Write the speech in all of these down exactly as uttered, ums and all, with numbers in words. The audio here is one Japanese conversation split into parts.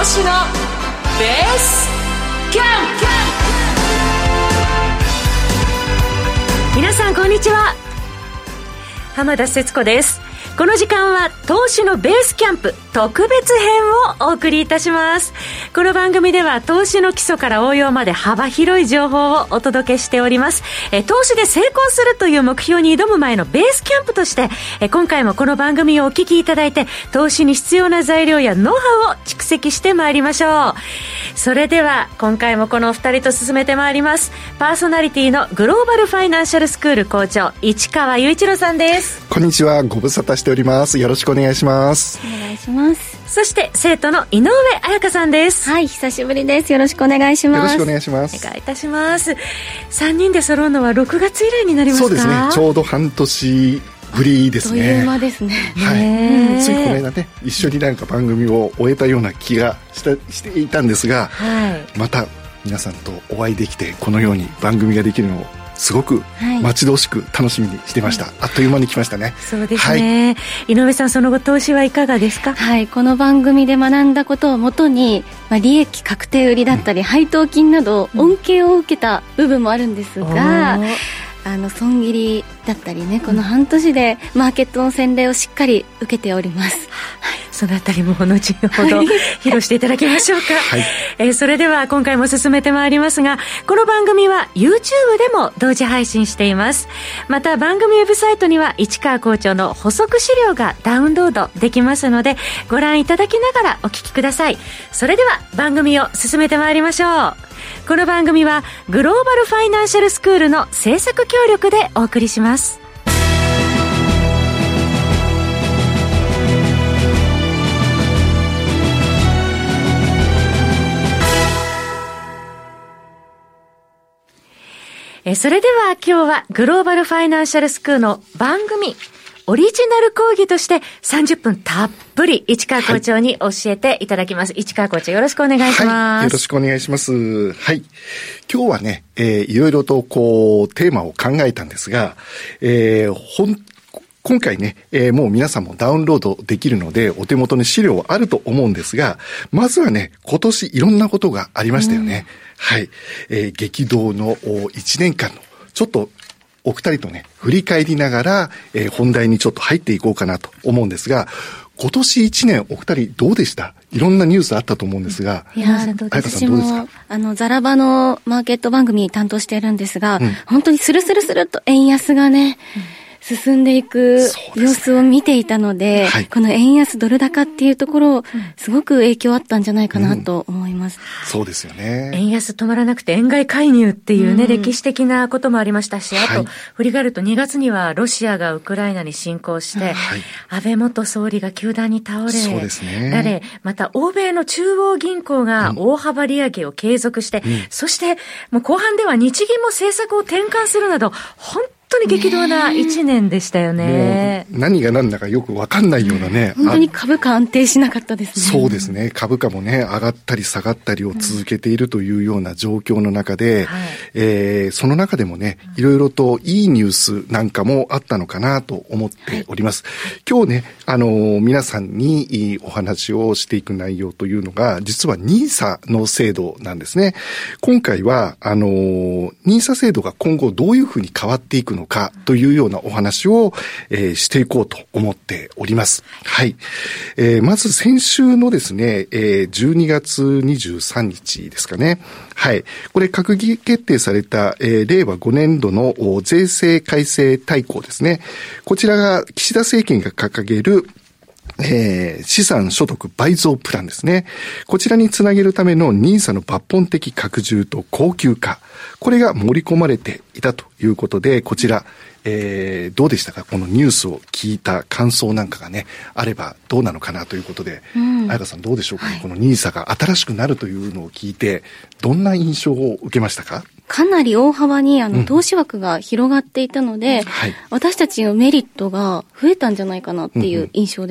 志のベースキャンプ。皆さんこんにちは、浜田節子です。この時間は投資のベースキャンプ特別編をお送りいたします。この番組では投資の基礎から応用まで幅広い情報をお届けしております。え投資で成功するという目標に挑む前のベースキャンプとしてえ今回もこの番組をお聞きいただいて、投資に必要な材料やノウハウを蓄積してまいりましょう。それでは今回もこのお二人と進めてまいります。パーソナリティのグローバルファイナンシャルスクール校長市川雄一郎さんです。 こんにちは、ご無沙汰しております。よろしくお願いします。 お願いします。 そして生徒の井上彩香さんです。 はい、久しぶりです。よろしくお願いします。 よろしくお願いします。 お願いいたします。さんにんで揃うのはろくがつ以来になりますか？ そうですね、ちょうど半年ぶりですね。 あっという間ですね。 はい、 ね、 ついこの間ね、一緒になんか番組を終えたような気がしたしていたんですが、はい、また皆さんとお会いできてこのように番組ができるのをすごく待ち遠しく楽しみにしてました、はい、あっという間に来ましたね。 そうですね、はい、井上さん、その後投資はいかがですか？ はい、この番組で学んだことをもとに、まあ、利益確定売りだったり、うん、配当金など恩恵を受けた部分もあるんですが、うん、あの損切りだったりね、この半年でマーケットの洗礼をしっかり受けております、 はい、そのあたりも後ほど披露していただきましょうか、はい、えー、それでは今回も進めてまいりますが、この番組は YouTube でも同時配信しています。また番組ウェブサイトには市川校長の補足資料がダウンロードできますので、ご覧いただきながらお聞きください。それでは番組を進めてまいりましょう。この番組はグローバルファイナンシャルスクールの制作協力でお送りします。えそれでは今日はグローバルファイナンシャルスクールの番組オリジナル講義としてさんじゅっぷんたっぷり市川校長に教えていただきます、はい、市川校長、よろしくお願いします。 はい、よろしくお願いします。はい、今日はね、えー、いろいろとこうテーマを考えたんですが、えー、ほん今回ね、えー、もう皆さんもダウンロードできるのでお手元に資料はあると思うんですが、まずはね、今年いろんなことがありましたよね、うん、はい、えー、激動のいちねんかんのちょっとお二人とね振り返りながら、えー、本題にちょっと入っていこうかなと思うんですが、今年いちねんお二人どうでした？いろんなニュースあったと思うんですが、 いや、私もあのザラバのマーケット番組担当しているんですが、うん、本当にスルスルスルと円安がね、うん進んでいく様子を見ていたので、はい、この円安ドル高っていうところ、すごく影響あったんじゃないかなと思います、 うん、そうですよね。 円安止まらなくて円買い介入っていうね、うん、歴史的なこともありましたし、あと、はい、振り返るとにがつにはロシアがウクライナに侵攻して、はい、安倍元総理が凶弾に倒れ、 そうですね、 られ、また欧米の中央銀行が大幅利上げを継続して、うん、そしてもう後半では日銀も政策を転換するなど、本当本当に激動な一年でしたよね。 もう何が何だかよく分かんないようなね。 本当に株価安定しなかったですね。 そうですね。株価もね、上がったり下がったりを続けているというような状況の中で、うん、えー、その中でもね、いろいろといいニュースなんかもあったのかなと思っております。はい、今日ね、あのー、皆さんにお話をしていく内容というのが、実は ニーサ の制度なんですね。今回は、あのー、ニーサ 制度が今後どういうふうに変わっていくのかというようなお話を、えー、していこうと思っております。はい。えー、まず先週のですね、えー、じゅうにがつにじゅうさんにちですかね。はい。これ閣議決定された、えー、れいわごねんどの税制改正大綱ですね。こちらが岸田政権が掲げるえー、資産所得倍増プランですね。こちらにつなげるための ニーサ の抜本的拡充と恒久化。これが盛り込まれていたということで、こちら、えー、どうでしたか？このニュースを聞いた感想なんかがね、あればどうなのかなということで、うん、彩香さんどうでしょうか、ね、はい、この ニーサ が新しくなるというのを聞いて、どんな印象を受けましたか？ かなり大幅にあの投資枠が広がっていたので、うん、はい、私たちのメリットが増えたんじゃないかなっていう印象でした。 うんうん、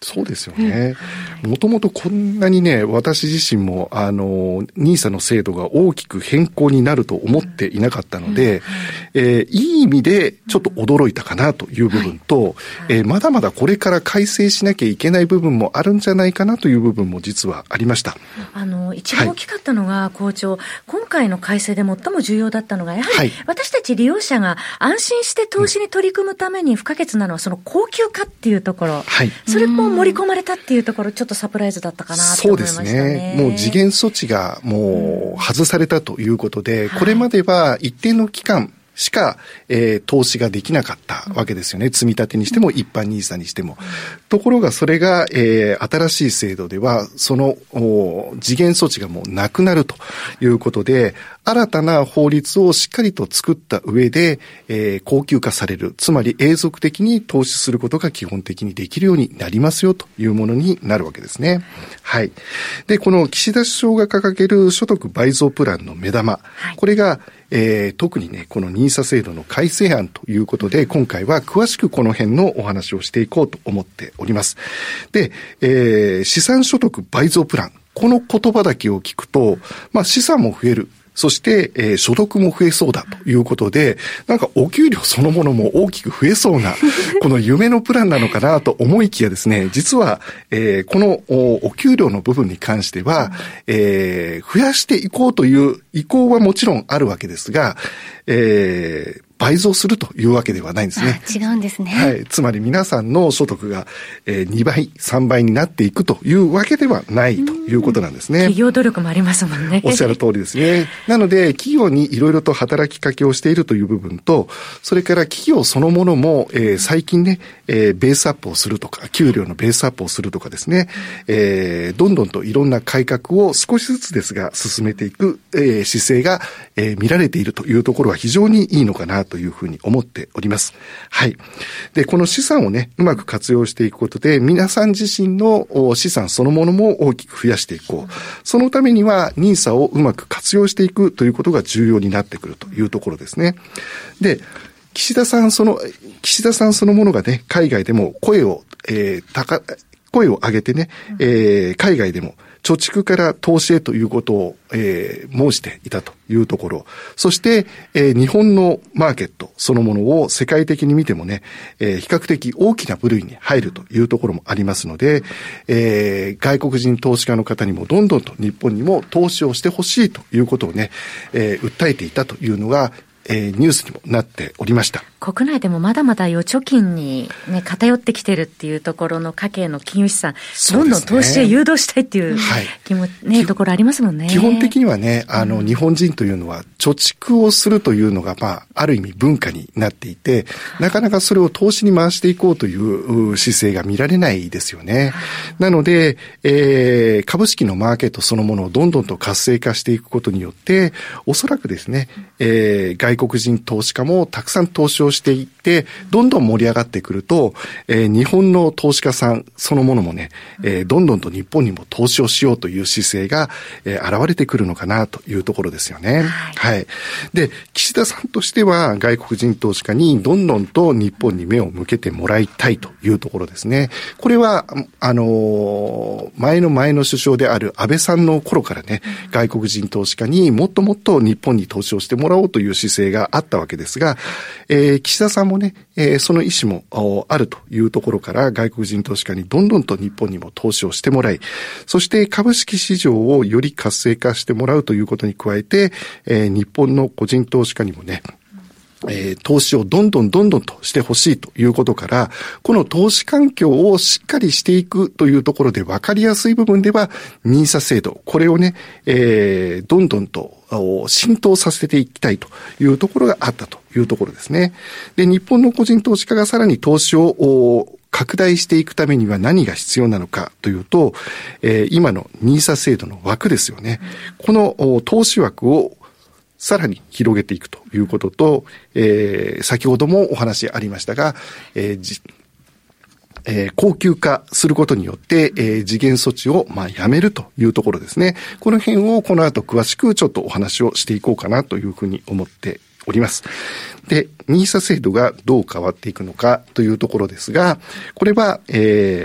そうですよね。もともとこんなにね、私自身も、あの、ニーサの制度が大きく変更になると思っていなかったので、うんうん、えー、いい意味でちょっと驚いたかなという部分と、はい、えー、まだまだこれから改正しなきゃいけない部分もあるんじゃないかなという部分も実はありました。 あの、一番大きかったのが、はい、校長、今回の改正で最も重要だったのが、やはり私たち利用者が安心して投資に取り組むために不可欠なのはその高級化っていうところ。はい。それも盛り込まれたっていうところ、ちょっとサプライズだったかなと思いましたね。 そうですね。もう時限措置がもう外されたということで、うん、これまでは一定の期間しか、えー、投資ができなかったわけですよね。積み立てにしても一般ニーサにしても。ところがそれが、えー、新しい制度では、その時限措置がもうなくなるということで、新たな法律をしっかりと作った上で、えー、高級化される。つまり永続的に投資することが基本的にできるようになりますよというものになるわけですね。はい。で、この岸田首相が掲げる所得倍増プランの目玉。はい、これが、えー、特にね、このニーサ制度の改正案ということで、今回は詳しくこの辺のお話をしていこうと思っております。で、えー、資産所得倍増プラン。この言葉だけを聞くと、まあ資産も増える。そして、えー、所得も増えそうだということで、なんかお給料そのものも大きく増えそうな、この夢のプランなのかなと思いきやですね、実は、えー、この お, お給料の部分に関しては、えー、増やしていこうという意向はもちろんあるわけですが、えー倍増するというわけではないんですね。 違うんですね。 はい。つまり皆さんの所得が、えー、にばい、さんばいになっていくというわけではないということなんですね。 企業努力もありますもんね。 おっしゃる通りですね。なので、企業にいろいろと働きかけをしているという部分と、それから企業そのものも、えー、最近ね、えー、ベースアップをするとか、給料のベースアップをするとかですね、えー、どんどんといろんな改革を少しずつですが進めていく、えー、姿勢が、えー、見られているというところは非常にいいのかなというふうに思っております。はい。で、この資産をね、うまく活用していくことで、皆さん自身の資産そのものも大きく増やしていこう。そのためには、ニーサをうまく活用していくということが重要になってくるというところですね。で、岸田さんその、岸田さんそのものがね、海外でも声を、えー、高、声を上げてね、えー、海外でも、貯蓄から投資へということを、えー、申していたというところ。そして、えー、日本のマーケットそのものを世界的に見てもね、えー、比較的大きな部類に入るというところもありますので、えー、外国人投資家の方にもどんどんと日本にも投資をしてほしいということをね、えー、訴えていたというのが、えー、ニュースにもなっておりました。 国内でもまだまだ預貯金に、ね、偏ってきてるっていうところの家計の金融資産、どんどん投資へ誘導したいっていう気も、ね、はい、ところありますもんね。 基本的にはね、あの、うん、日本人というのは貯蓄をするというのが、まあ、ある意味文化になっていて、なかなかそれを投資に回していこうという姿勢が見られないですよね。なので、えー、株式のマーケットそのものをどんどんと活性化していくことによって、おそらくですね、えー、外国人投資家もたくさん投資をしていって、どんどん盛り上がってくると、えー、日本の投資家さんそのものもね、えー、どんどんと日本にも投資をしようという姿勢が、えー、現れてくるのかなというところですよね。はい。はい。で、岸田さんとしては外国人投資家にどんどんと日本に目を向けてもらいたいというところですね。これは、あのー、前の前の首相である安倍さんの頃からね、外国人投資家にもっともっと日本に投資をしてもらおうという姿勢があったわけですが、えー、岸田さんもね、えー、その意思もあるというところから外国人投資家にどんどんと日本にも投資をしてもらい、そして株式市場をより活性化してもらうということに加えて、えー、日本の個人投資家にもね、えー、投資をどんどんどんどんとしてほしいということから、この投資環境をしっかりしていくというところで分かりやすい部分では、ニーサ制度、これをね、えー、どんどんと浸透させていきたいというところがあったというところですね。で、日本の個人投資家がさらに投資を拡大していくためには何が必要なのかというと、えー、今のニーサ制度の枠ですよね。この投資枠をさらに広げていくということと、えー、先ほどもお話ありましたが、えーじえー、高級化することによって、えー、時限措置を、まあ、やめるというところですね。この辺をこの後詳しくちょっとお話をしていこうかなというふうに思っております。で、ニーサ制度がどう変わっていくのかというところですが、これは、えー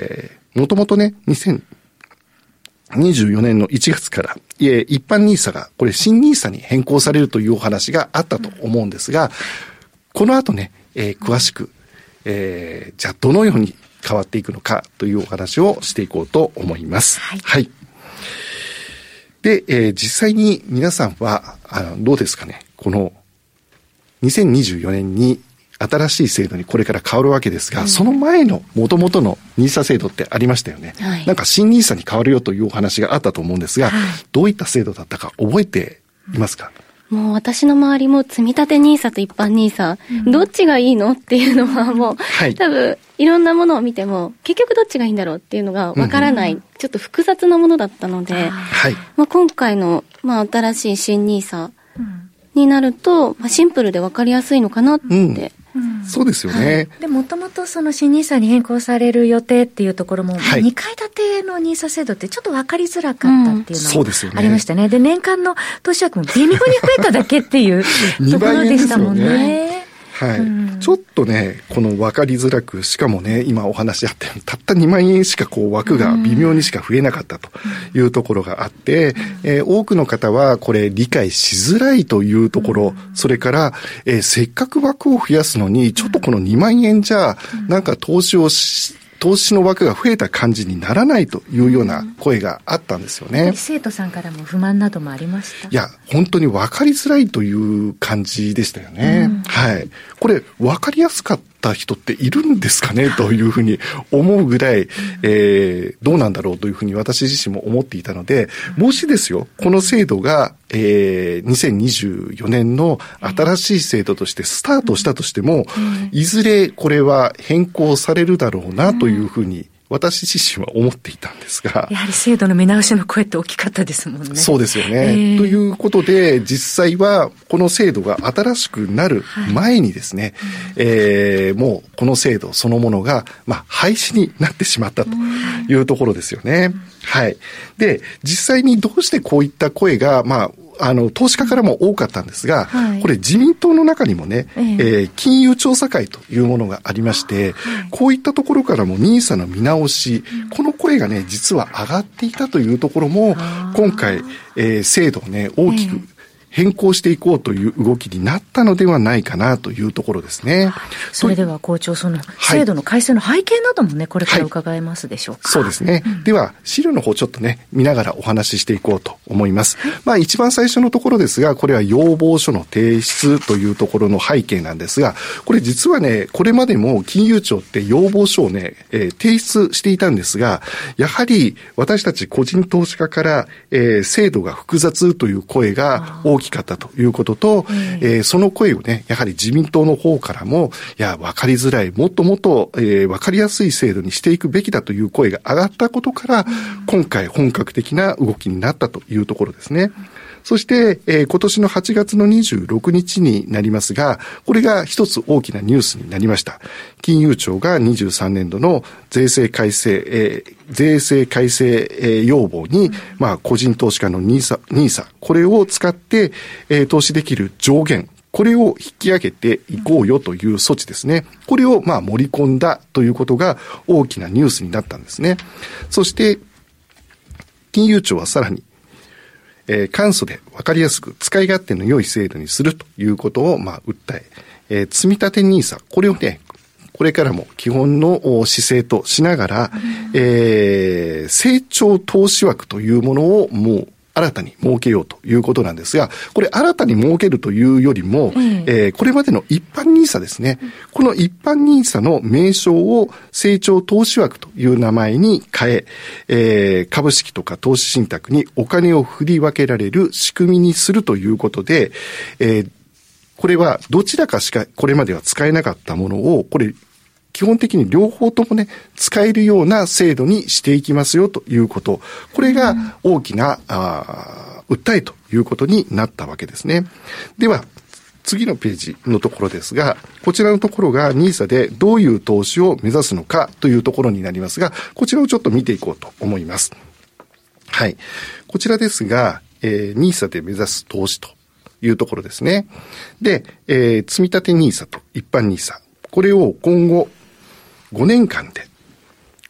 もともとね、にせんにじゅうよねんのいちがつから、え一般ニーサが、これ新ニーサに変更されるというお話があったと思うんですが、この後ね、えー、詳しく、えー、じゃあどのように変わっていくのかというお話をしていこうと思います。はい。はい、で、えー、実際に皆さんは、あの、どうですかね、このにせんにじゅうよねんに新しい制度にこれから変わるわけですが、うん、その前の元々のニーサ制度ってありましたよね。はい、なんか新ニーサに変わるよというお話があったと思うんですが、はい、どういった制度だったか覚えていますか？ もう私の周りも積み立てニーサと一般ニーサ、うん、どっちがいいのっていうのはもう、はい、多分いろんなものを見ても結局どっちがいいんだろうっていうのがわからない、うん、ちょっと複雑なものだったので、はい、まあ、今回の、まあ、新しい新ニーサになると、まあ、シンプルでわかりやすいのかなって、うんうん、そうですよね。 はい、で、もともとその新ニーサに変更される予定っていうところも、はい、にかい建てのニーサ制度ってちょっと分かりづらかったっていうのがありましたね。うん、で、年間の投資額も微妙に増えただけっていうところでしたもんね。 はい、うん。ちょっとね、この分かりづらく、しかもね、今お話あったように、たったにまんえんしかこう枠が微妙にしか増えなかったというところがあって、うん、えー、多くの方はこれ理解しづらいというところ、うん、それから、えー、せっかく枠を増やすのに、ちょっとこのにまんえんじゃ、なんか投資をし、投資の枠が増えた感じにならないというような声があったんですよね。 生徒さんからも不満などもありました？ いや、本当に分かりづらいという感じでしたよね。うん、はい。これ、分かりやすかった人っているんですかねというふうに思うぐらい、うん、えー、どうなんだろうというふうに私自身も思っていたので、もしですよ、この制度が、えー、にせんにじゅうよねんの新しい制度としてスタートしたとしても、いずれこれは変更されるだろうなというふうに私自身は思っていたんですが。 やはり制度の見直しの声って大きかったですもんね。 そうですよね。えー、ということで、実際はこの制度が新しくなる前にですね、はい、えー、もうこの制度そのものが、まあ、廃止になってしまったというところですよね。はい。で、実際にどうしてこういった声が、まあ、あの、投資家からも多かったんですが、はい、これ自民党の中にもね、えええー、金融調査会というものがありまして、はい、こういったところからもニーサの見直し、うん、この声がね、実は上がっていたというところも、今回、えー、制度をね、大きく、ええ変更していこうという動きになったのではないかなというところですね。 それでは校長、その制度の改正の背景などもね、これから伺えますでしょうか。 はい、そうですね。うん、では、資料の方ちょっとね、見ながらお話ししていこうと思います。はい、まあ一番最初のところですが、これは要望書の提出というところの背景なんですが、これ実はね、これまでも金融庁って要望書をね、えー、提出していたんですが、やはり私たち個人投資家から、えー、制度が複雑という声が大きかったということと、えー、その声をね、やはり自民党の方からも、いや、わかりづらい、もっともっと、えー、わかりやすい制度にしていくべきだという声が上がったことから、今回本格的な動きになったというところですね。そして、えー、今年のはちがつのにじゅうろくにちになりますが、これが一つ大きなニュースになりました。金融庁がにじゅうさんねんどの税制改正、えー、税制改正、えー、要望に、まあ、個人投資家のニーサ、ニーサ、これを使って、えー、投資できる上限、これを引き上げていこうよという措置ですね。これを、まあ、盛り込んだということが大きなニュースになったんですね。そして、金融庁はさらに、えー、簡素で分かりやすく使い勝手の良い制度にするということを、まあ、訴え、えー、積み立てニーサ、これをね、これからも基本の姿勢としながら、うん、えー、成長投資枠というものをもう新たに設けようということなんですが、これ新たに設けるというよりも、うん、えー、これまでの一般ニーサですね、うん、この一般ニーサの名称を成長投資枠という名前に変え、えー、株式とか投資信託にお金を振り分けられる仕組みにするということで、えー、これはどちらかしかこれまでは使えなかったものを、これ基本的に両方ともね、使えるような制度にしていきますよということ。これが大きな、あ訴えということになったわけですね。では、次のページのところですが、こちらのところが ニーサ でどういう投資を目指すのかというところになりますが、こちらをちょっと見ていこうと思います。はい。こちらですが、えー、ニーサ で目指す投資というところですね。で、えー、積立 ニーサ と一般ニーサ、これを今後ごねんかんで、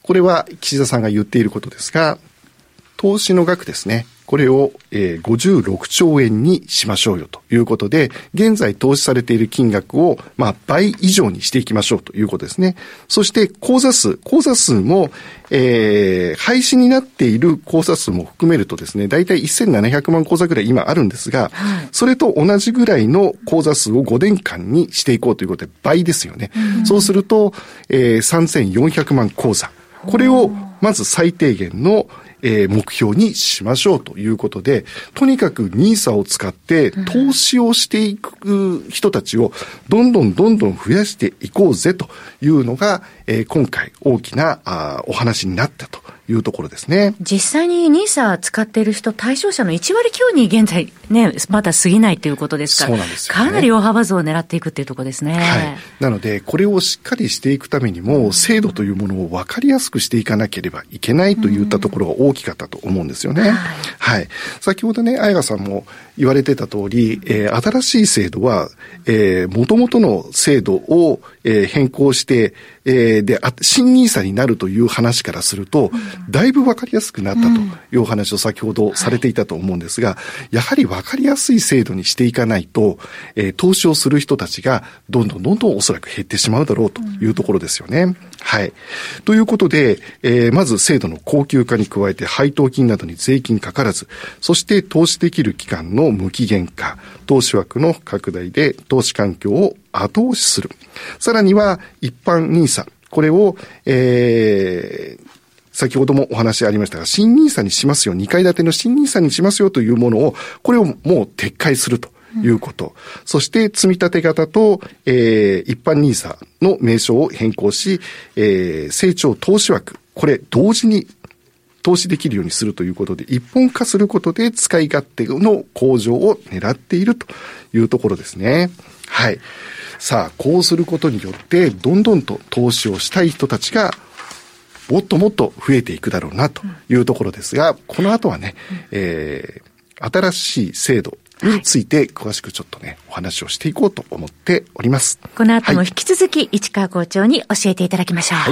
これは岸田さんが言っていることですが、投資の額ですね。これを、えー、ごじゅうろくちょうえんにしましょうよということで、現在投資されている金額を、まあ、倍以上にしていきましょうということですね。そして、口座数、口座数も、えー、廃止になっている口座数も含めるとですね、だいたいせんななひゃくまん口座ぐらい今あるんですが、はい、それと同じぐらいの口座数をごねんかんにしていこうということで、倍ですよね。うん、そうすると、えー、さんぜんよんひゃくまん口座。これを、まず最低限のえー、目標にしましょうということで、とにかくニーサを使って投資をしていく人たちをどんどんどんどん増やしていこうぜというのが、えー、今回大きなあお話になったというところですね。 実際にニーサ使っている人、対象者のいちわり強に現在ね、まだ過ぎないということですから、そうなんですよね、かなり大幅増を狙っていくというところですね。 はい。なので、これをしっかりしていくためにも、制度というものを分かりやすくしていかなければいけないといったところが大きかったと思うんですよね。はい。はい。先ほどね、彩香さんも言われてた通り、えー、新しい制度は、えー、元々の制度を、えー、変更して、えー、で、新ニーサになるという話からすると、うん、だいぶ分かりやすくなったというお話を先ほどされていたと思うんですが、うんはい、やはり分かりやすい制度にしていかないと、えー、投資をする人たちがどんどんどんどんおそらく減ってしまうだろうというところですよね。うん、はい。ということで、えー、まず制度の恒久化に加えて配当金などに税金かからず、そして投資できる期間の無期限化、投資枠の拡大で投資環境を後押しする。さらには一般ニーサ、これを、えー、先ほどもお話ありましたが、新ニーサにしますよ、にかい建ての新ニーサにしますよというものを、これをもう撤回するということ。うん、そして、積み立て型と、えー、一般ニーサの名称を変更し、えー、成長投資枠、これ同時に投資できるようにするということで、一本化することで使い勝手の向上を狙っているというところですね。はい。さあ、こうすることによって、どんどんと投資をしたい人たちが、もっともっと増えていくだろうなというところですが、この後はね、えー、新しい制度について詳しくちょっとね、お話をしていこうと思っております。 この後も引き続き、市川校長に教えていただきましょう。はい。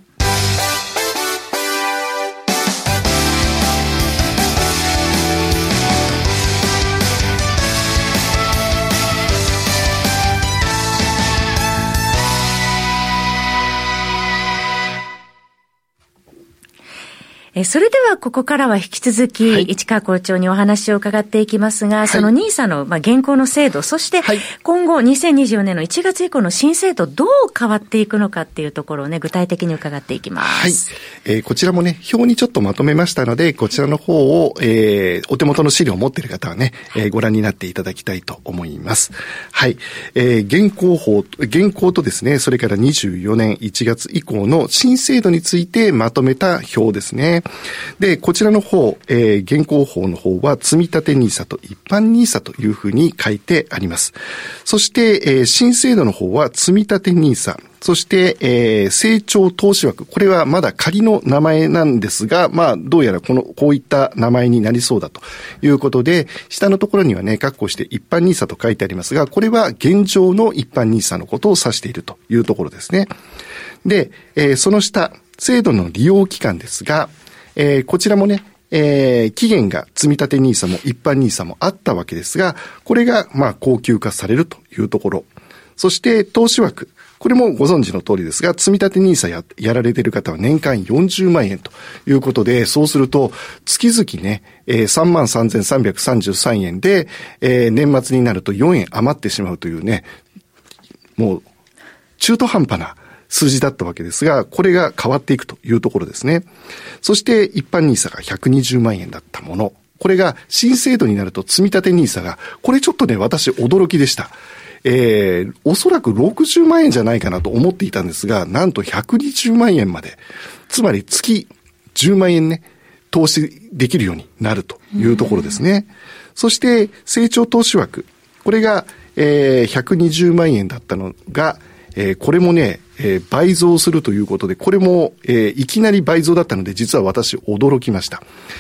それではここからは引き続き、はい、市川校長にお話を伺っていきますが、はい、そのニーサの、まあ、現行の制度、そして今後にせんにじゅうよねんのいちがつ以降の新制度どう変わっていくのかっていうところをね、具体的に伺っていきます。 はい。えー、こちらもね、表にちょっとまとめましたので、こちらの方を、えー、お手元の資料を持っている方はね、えー、ご覧になっていただきたいと思います。はい。えー、現行法、現行とですね、それからにじゅうよねんいちがつ以降の新制度についてまとめた表ですね。で、こちらの方、えー、現行法の方は、積立 ニーサ と一般 ニーサ というふうに書いてあります。そして、えー、新制度の方は、積立 ニーサ、そして、えー、成長投資枠。これはまだ仮の名前なんですが、まあ、どうやらこの、こういった名前になりそうだということで、下のところにはね、括弧して一般 ニーサ と書いてありますが、これは現状の一般 ニーサ のことを指しているというところですね。で、えー、その下、制度の利用期間ですが、えー、こちらもね、えー、期限が積立 ニーサ も一般 ニーサ もあったわけですが、これが、まあ、恒久化されるというところ。そして、投資枠。これもご存知の通りですが、積立 ニーサ や、やられている方は年間よんじゅうまんえんということで、そうすると、月々ね、えー、さんまんさんぜんさんびゃくさんじゅうさんえんで、えー、年末になるとよんえん余ってしまうというね、もう、中途半端な、数字だったわけですが、これが変わっていくというところですね。そして一般 ニーサ がひゃくにじゅうまんえんだったもの。これが新制度になると積立 ニーサ が、これちょっとね、私驚きでした。えー、おそらくろくじゅうまんえんじゃないかなと思っていたんですが、なんとひゃくにじゅうまんえんまで。つまり月じゅうまんえんね、投資できるようになるというところですね。そして成長投資枠。これが、えー、ひゃくにじゅうまんえんだったのが、えー、これもね、えー、倍増するということで、これも、えー、いきなり倍増だったので、実は私驚きました。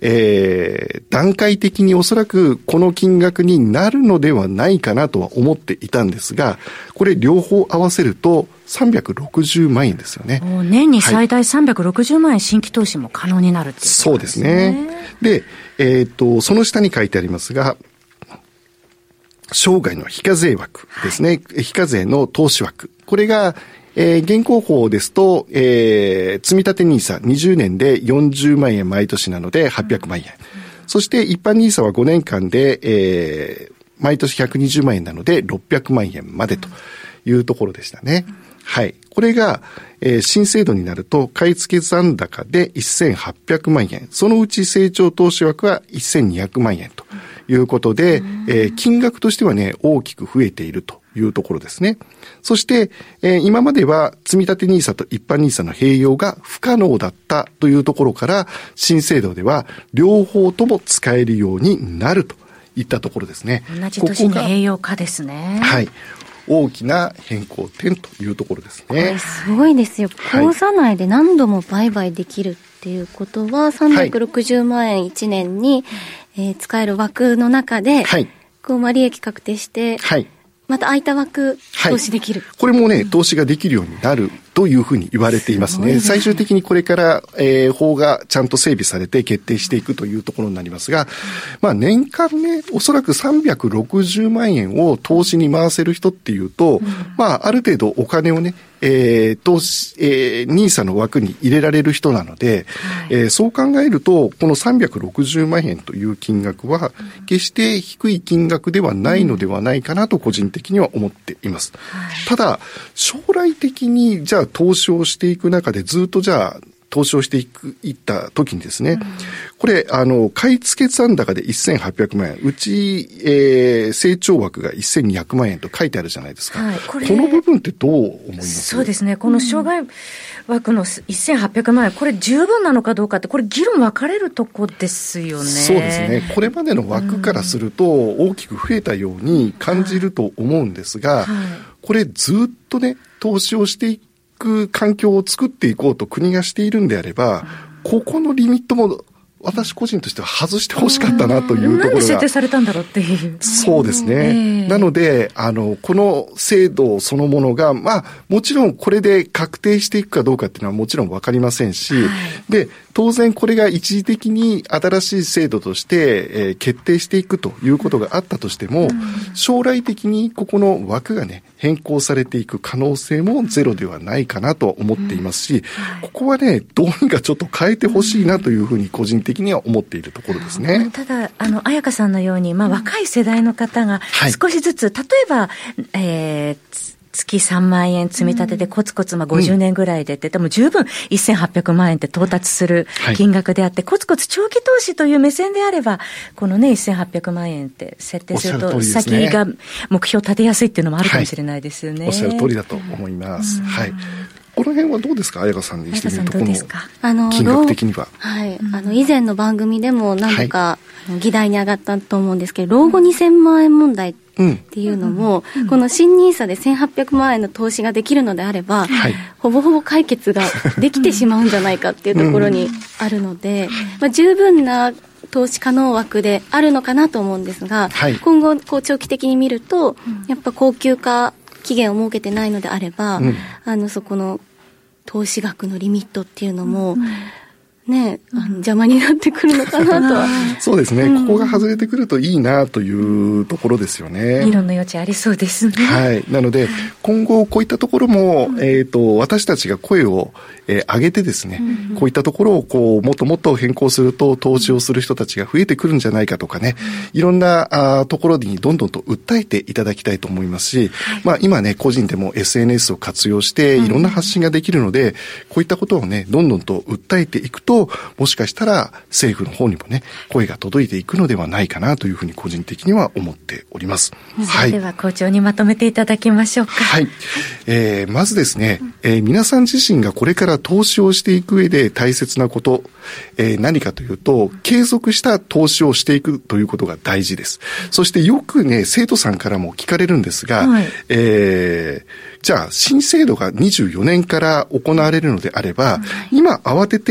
えー、段階的におそらくこの金額になるのではないかなとは思っていたんですが、これ両方合わせるとさんびゃくろくじゅうまんえんですよね。 年に最大さんびゃくろくじゅうまんえん新規投資も可能になるっていうことですね。 そうですね。で、えっと、その下に書いてありますが、生涯の非課税枠ですね。はい、非課税の投資枠。これが、えー、現行法ですと、えー、積立 ニーサにじゅうねんでよんじゅうまんえん毎年なのではっぴゃくまんえん。うん、そして一般 ニーサはごねんかんで、えー、毎年ひゃくにじゅうまんえんなのでろっぴゃくまんえんまでというところでしたね。うん、はい。これが、えー、新制度になると、買い付け残高でせんはっぴゃくまんえん。そのうち成長投資枠はせんにひゃくまんえんということで、えー、金額としてはね、大きく増えているというところですね。そして、えー、今までは積立 ニーサ と一般 ニーサ の併用が不可能だったというところから、新制度では両方とも使えるようになるといったところですね。 同じ年に併用化ですね。 はい。大きな変更点というところですね。 これすごいですよ。口座内で何度も売買できるっていうことは、さんびゃくろくじゅうまんえんいちねんに、えー、使える枠の中で、はい、こう、まあ、利益確定して、はい、また空いた枠投資できる、はい、 これもね、投資ができるようになるというふうに言われていますね。す最終的にこれから、えー、法がちゃんと整備されて決定していくというところになりますが、まあ年間ね、おそらくさんびゃくろくじゅうまんえんを投資に回せる人っていうと、うん、まあある程度お金をね、えー、投資、えー、ニーサ の枠に入れられる人なので、はい、えー、そう考えると、このさんびゃくろくじゅうまんえんという金額は、決して低い金額ではないのではないかなと個人的には思っています。はい、ただ、将来的に、じゃあ投資をしていく中でずっとじゃあ、投資をしていく、いった時にですね、うん、これ、あの、買い付け残高でせんはっぴゃくまんえん、うち、えー、成長枠がせんにひゃくまんえんと書いてあるじゃないですか。はい、これこの部分ってどう思います？ そうですね。この障害枠のせんはっぴゃくまんえん、これ十分なのかどうかって、これ議論分かれるとこですよね。 そうですね。これまでの枠からすると大きく増えたように感じると思うんですが、はいはい、これずっとね、投資をしていく環境を作っていこうと国がしているんであれば、ここのリミットも私個人としては外してほしかったなというところが。 なんで設定されたんだろうっていう。 そうですね。えー、なので、あの、この制度そのものが、まあ、もちろんこれで確定していくかどうかっていうのはもちろんわかりませんし、はい、で、当然これが一時的に新しい制度として、えー、決定していくということがあったとしても、うん、将来的にここの枠がね、変更されていく可能性もゼロではないかなと思っていますし、うんはい、ここはね、どうにかちょっと変えてほしいなというふうに個人的には思っているところですね。 ただ、あの、彩香さんのように、まあ、若い世代の方が少しずつ、はい、例えば、えー、月さんまんえん積み立てでコツコツまあごじゅうねんぐらいでって、うん、でも十分せんはっぴゃくまんえんって到達する金額であって、はい、コツコツ長期投資という目線であれば、このね、せんはっぴゃくまんえんって設定すると、先が目標立てやすいっていうのもあるかもしれないですよね。 はい、おっしゃる通りだと思います。うん、はい。この辺はどうですか、彩香さんにしてみると、この金額的には。 はい。あの、以前の番組でも何度か議題に上がったと思うんですけど、老後にせんまんえん問題っていうのも、うん、この新ニーサでせんはっぴゃくまんえんの投資ができるのであれば、はい、ほぼほぼ解決ができてしまうんじゃないかっていうところにあるので、まあ、十分な投資可能枠であるのかなと思うんですが、はい、今後こう長期的に見ると、やっぱ高級化期限を設けてないのであれば、うん、あのそこの投資額のリミットっていうのも、うんね、あの邪魔になってくるのかなとはそうですね、うん、ここが外れてくるといいなというところですよね。 議論の余地ありそうですね。 はい。なので今後こういったところも、うん、えっと私たちが声を、えー、上げてですね、うん、こういったところをこうもっともっと変更すると投資をする人たちが増えてくるんじゃないかとかね、うん、いろんなあところにどんどんと訴えていただきたいと思いますし、はい、まあ今ね個人でも エスエヌエス を活用していろんな発信ができるので、うん、こういったことをねどんどんと訴えていくと、もしかしたら政府の方にもね声が届いていくのではないかなというふうに個人的には思っております。 それでは校長にまとめていただきましょうか。 はい、えー、まずですね、えー、皆さん自身がこれから投資をしていく上で大切なこと、えー、何かというと継続した投資をしていくということが大事です。そしてよくね生徒さんからも聞かれるんですが、はい、えー、じゃあ新制度がにじゅうよねんから行われるのであれば、はい、今慌てて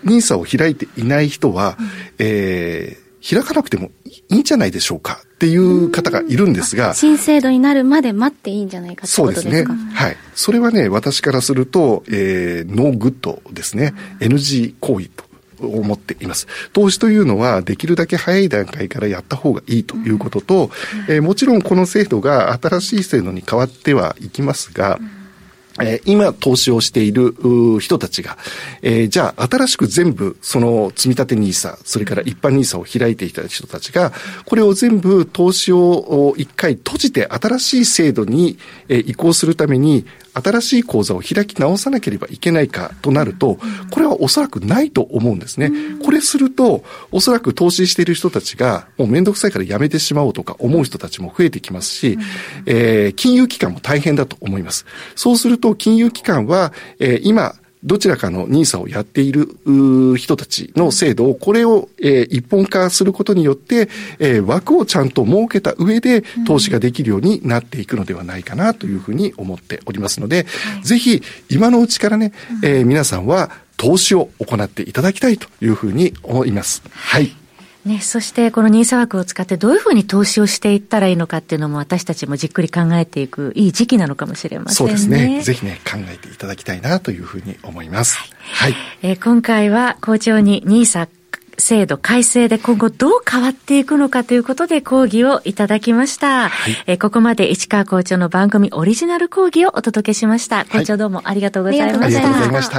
ニーサを開いていない人は、うん、えー、開かなくてもいいんじゃないでしょうかっていう方がいるんですが、 新制度になるまで待っていいんじゃないかってことですか。 そうですね。はい。それはね、私からすると、えー、ノーグッドですね。エヌジー 行為と思っています。投資というのはできるだけ早い段階からやった方がいいということと、うん、えー、もちろんこの制度が新しい制度に変わってはいきますが、うん、えー、今投資をしている人たちが、えー、じゃあ新しく全部その積立 ニーサ、それから一般 ニーサ を開いていた人たちが、これを全部投資を一回閉じて新しい制度に移行するために新しい口座を開き直さなければいけないかとなると、これはおそらくないと思うんですね。これすると、おそらく投資している人たちが、もうめんどくさいからやめてしまおうとか思う人たちも増えてきますし、えー、金融機関も大変だと思います。そうすると、金融機関は、えー、今、どちらかのニーサをやっている人たちの制度を、これを、えー、一本化することによって、えー、枠をちゃんと設けた上で投資ができるようになっていくのではないかなというふうに思っておりますので、うん、ぜひ今のうちからね、えー、皆さんは投資を行っていただきたいというふうに思います。はい。 ね、そしてこのニーサ枠を使ってどういうふうに投資をしていったらいいのかっていうのも私たちもじっくり考えていくいい時期なのかもしれませんね。 そうですね。ぜひね、考えていただきたいなというふうに思います。はい。はい、 えー、今回は校長にニーサ制度改正で今後どう変わっていくのかということで講義をいただきました。はい、えー、ここまで市川校長の番組オリジナル講義をお届けしました。校長どうもありがとうございました。 ありがとうございました。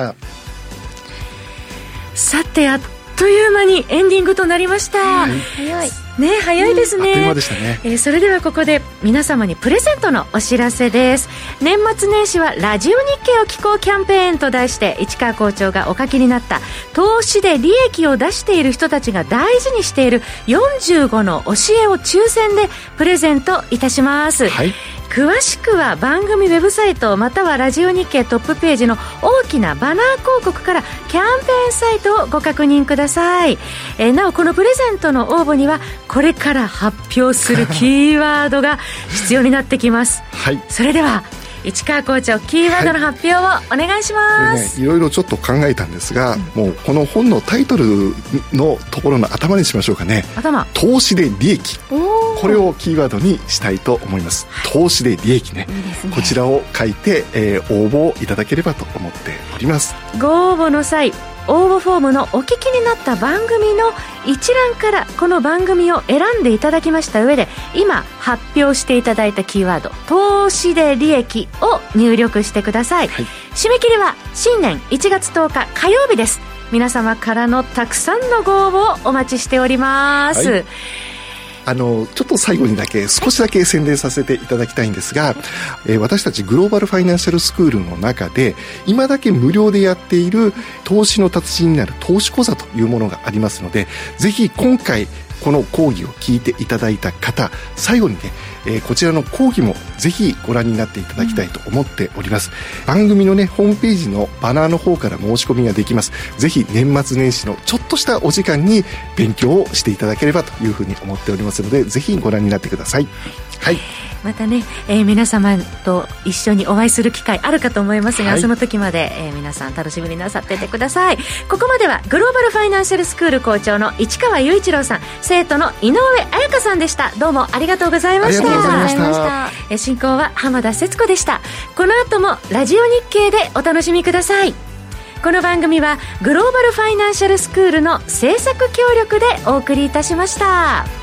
さて、あっという間にエンディングとなりました。はい、早いね、早いですね。 あっという間でしたね。 えー、それではここで皆様にプレゼントのお知らせです。年末年始はラジオ日経を聞こうキャンペーンと題して市川校長がお書きになった投資で利益を出している人たちが大事にしているよんじゅうごの教えを抽選でプレゼントいたします。はい、詳しくは番組ウェブサイトまたはラジオ日経トップページの大きなバナー広告からキャンペーンサイトをご確認ください。えー、なおこのプレゼントの応募にはこれから発表するキーワードが必要になってきます。はい、それでは市川校長、キーワードの発表をお願いします。 はい、ね、いろいろちょっと考えたんですが、うん、もうこの本のタイトルのところの頭にしましょうかね。 頭。 投資で利益。これをキーワードにしたいと思います。投資で利益ね。いいですね。こちらを書いて、えー、応募いただければと思っております。 ご応募の際、応募フォームのお聞きになった番組の一覧からこの番組を選んでいただきました上で今発表していただいたキーワード投資で利益を入力してください。はい、締め切りは新年いちがつとおか火曜日です。皆様からのたくさんのご応募をお待ちしております。はい、 あのちょっと最後にだけ少しだけ宣伝させていただきたいんですが、えー、私たちグローバルファイナンシャルスクールの中で今だけ無料でやっている投資の達人になる投資講座というものがありますので、ぜひ今回この講義を聞いていただいた方、最後にね、えー、こちらの講義もぜひご覧になっていただきたいと思っております。うん、番組のねホームページのバナーの方から申し込みができます。ぜひ年末年始のちょっとしたお時間に勉強をしていただければというふうに思っておりますので、ぜひご覧になってください。はい、 またね、えー、皆様と一緒にお会いする機会あるかと思いますが、はい、その時まで、えー、皆さん楽しみになさっててください。ここまではグローバルファイナンシャルスクール校長の市川雄一郎さん、生徒の井上彩香さんでした。どうもありがとうございました。 ありがとうございました。 えー、進行は浜田節子でした。この後もラジオ日経でお楽しみください。この番組はグローバルファイナンシャルスクールの制作協力でお送りいたしました。